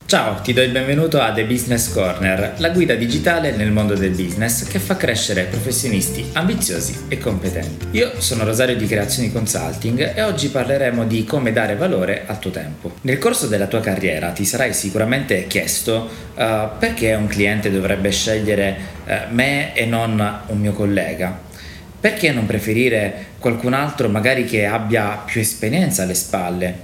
Ciao, ti do il benvenuto a The Business Corner, la guida digitale nel mondo del business che fa crescere professionisti ambiziosi e competenti. Io sono Rosario di Creazioni Consulting e oggi parleremo di come dare valore al tuo tempo. Nel corso della tua carriera ti sarai sicuramente chiesto perché un cliente dovrebbe scegliere me e non un mio collega. Perché non preferire qualcun altro magari che abbia più esperienza alle spalle?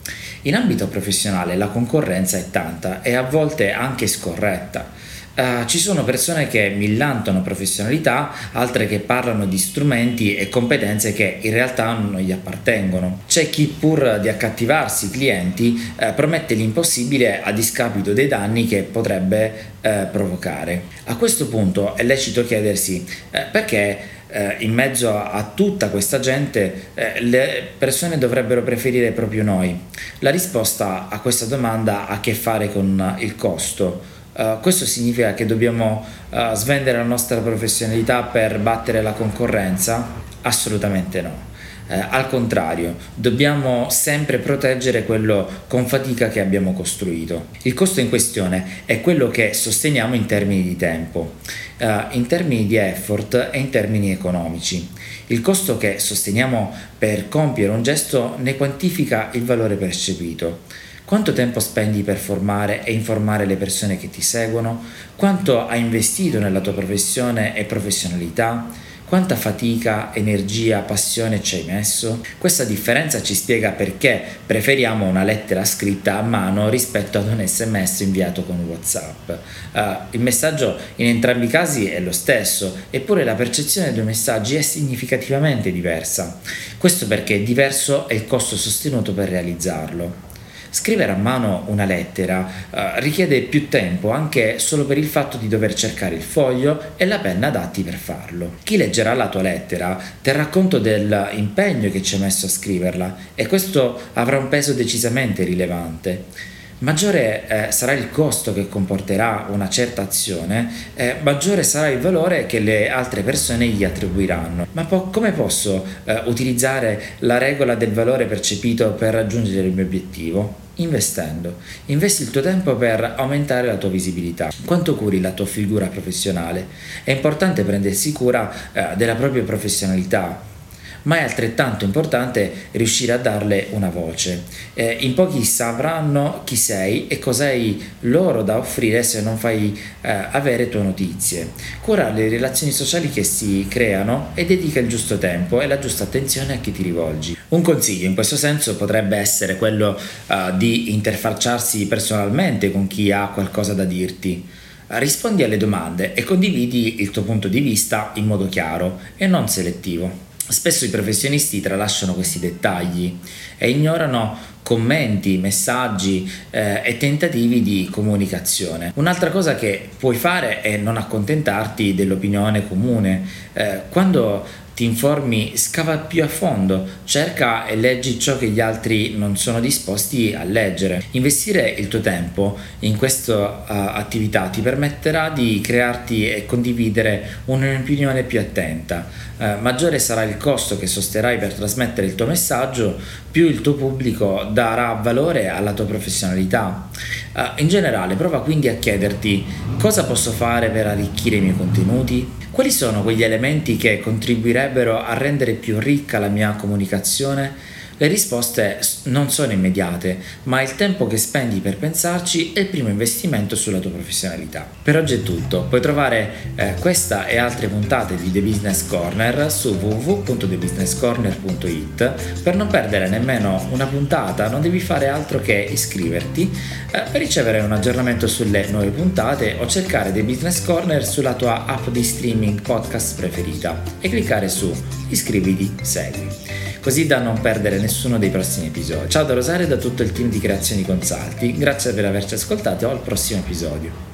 In ambito professionale la concorrenza è tanta e a volte anche scorretta. Ci sono persone che millantano professionalità, altre che parlano di strumenti e competenze che in realtà non gli appartengono. C'è chi pur di accattivarsi i clienti promette l'impossibile a discapito dei danni che potrebbe provocare. A questo punto è lecito chiedersi perché in mezzo a tutta questa gente le persone dovrebbero preferire proprio noi. La risposta a questa domanda ha a che fare con il costo. Questo significa che dobbiamo svendere la nostra professionalità per battere la concorrenza? Assolutamente no. Al contrario, dobbiamo sempre proteggere quello con fatica che abbiamo costruito. Il costo in questione è quello che sosteniamo in termini di tempo, in termini di effort e in termini economici. Il costo che sosteniamo per compiere un gesto ne quantifica il valore percepito. Quanto tempo spendi per formare e informare le persone che ti seguono? Quanto hai investito nella tua professione e professionalità? Quanta fatica, energia, passione ci hai messo? Questa differenza ci spiega perché preferiamo una lettera scritta a mano rispetto ad un SMS inviato con WhatsApp. Il messaggio in entrambi i casi è lo stesso, eppure la percezione dei messaggi è significativamente diversa. Questo perché diverso è il costo sostenuto per realizzarlo. Scrivere a mano una lettera richiede più tempo anche solo per il fatto di dover cercare il foglio e la penna adatti per farlo. Chi leggerà la tua lettera terrà conto dell'impegno che ci hai messo a scriverla e questo avrà un peso decisamente rilevante. Maggiore sarà il costo che comporterà una certa azione, maggiore sarà il valore che le altre persone gli attribuiranno. Ma come posso utilizzare la regola del valore percepito per raggiungere il mio obiettivo? Investendo. Investi il tuo tempo per aumentare la tua visibilità. Quanto curi la tua figura professionale? È importante prendersi cura della propria professionalità, ma è altrettanto importante riuscire a darle una voce. In pochi sapranno chi sei e cosa hai loro da offrire se non fai avere tue notizie. Cura le relazioni sociali che si creano e dedica il giusto tempo e la giusta attenzione a chi ti rivolgi. Un consiglio in questo senso potrebbe essere quello di interfacciarsi personalmente con chi ha qualcosa da dirti. Rispondi alle domande e condividi il tuo punto di vista in modo chiaro e non selettivo. Spesso i professionisti tralasciano questi dettagli e ignorano commenti, messaggi e tentativi di comunicazione. Un'altra cosa che puoi fare è non accontentarti dell'opinione comune. Quando ti informi, scava più a fondo, cerca e leggi ciò che gli altri non sono disposti a leggere. Investire il tuo tempo in questa attività ti permetterà di crearti e condividere un'opinione più attenta. Maggiore sarà il costo che sosterrai per trasmettere il tuo messaggio, più il tuo pubblico darà valore alla tua professionalità. In generale, prova quindi a chiederti: cosa posso fare per arricchire i miei contenuti? Quali sono quegli elementi che contribuirebbero a rendere più ricca la mia comunicazione? Le risposte non sono immediate, ma il tempo che spendi per pensarci è il primo investimento sulla tua professionalità. Per oggi è tutto, puoi trovare questa e altre puntate di The Business Corner su www.thebusinesscorner.it. Per non perdere nemmeno una puntata non devi fare altro che iscriverti per ricevere un aggiornamento sulle nuove puntate o cercare The Business Corner sulla tua app di streaming podcast preferita e cliccare su iscriviti, segui, così da non perdere nessuno dei prossimi episodi. Ciao da Rosario e da tutto il team di Creazioni Consulting, grazie per averci ascoltato e al prossimo episodio.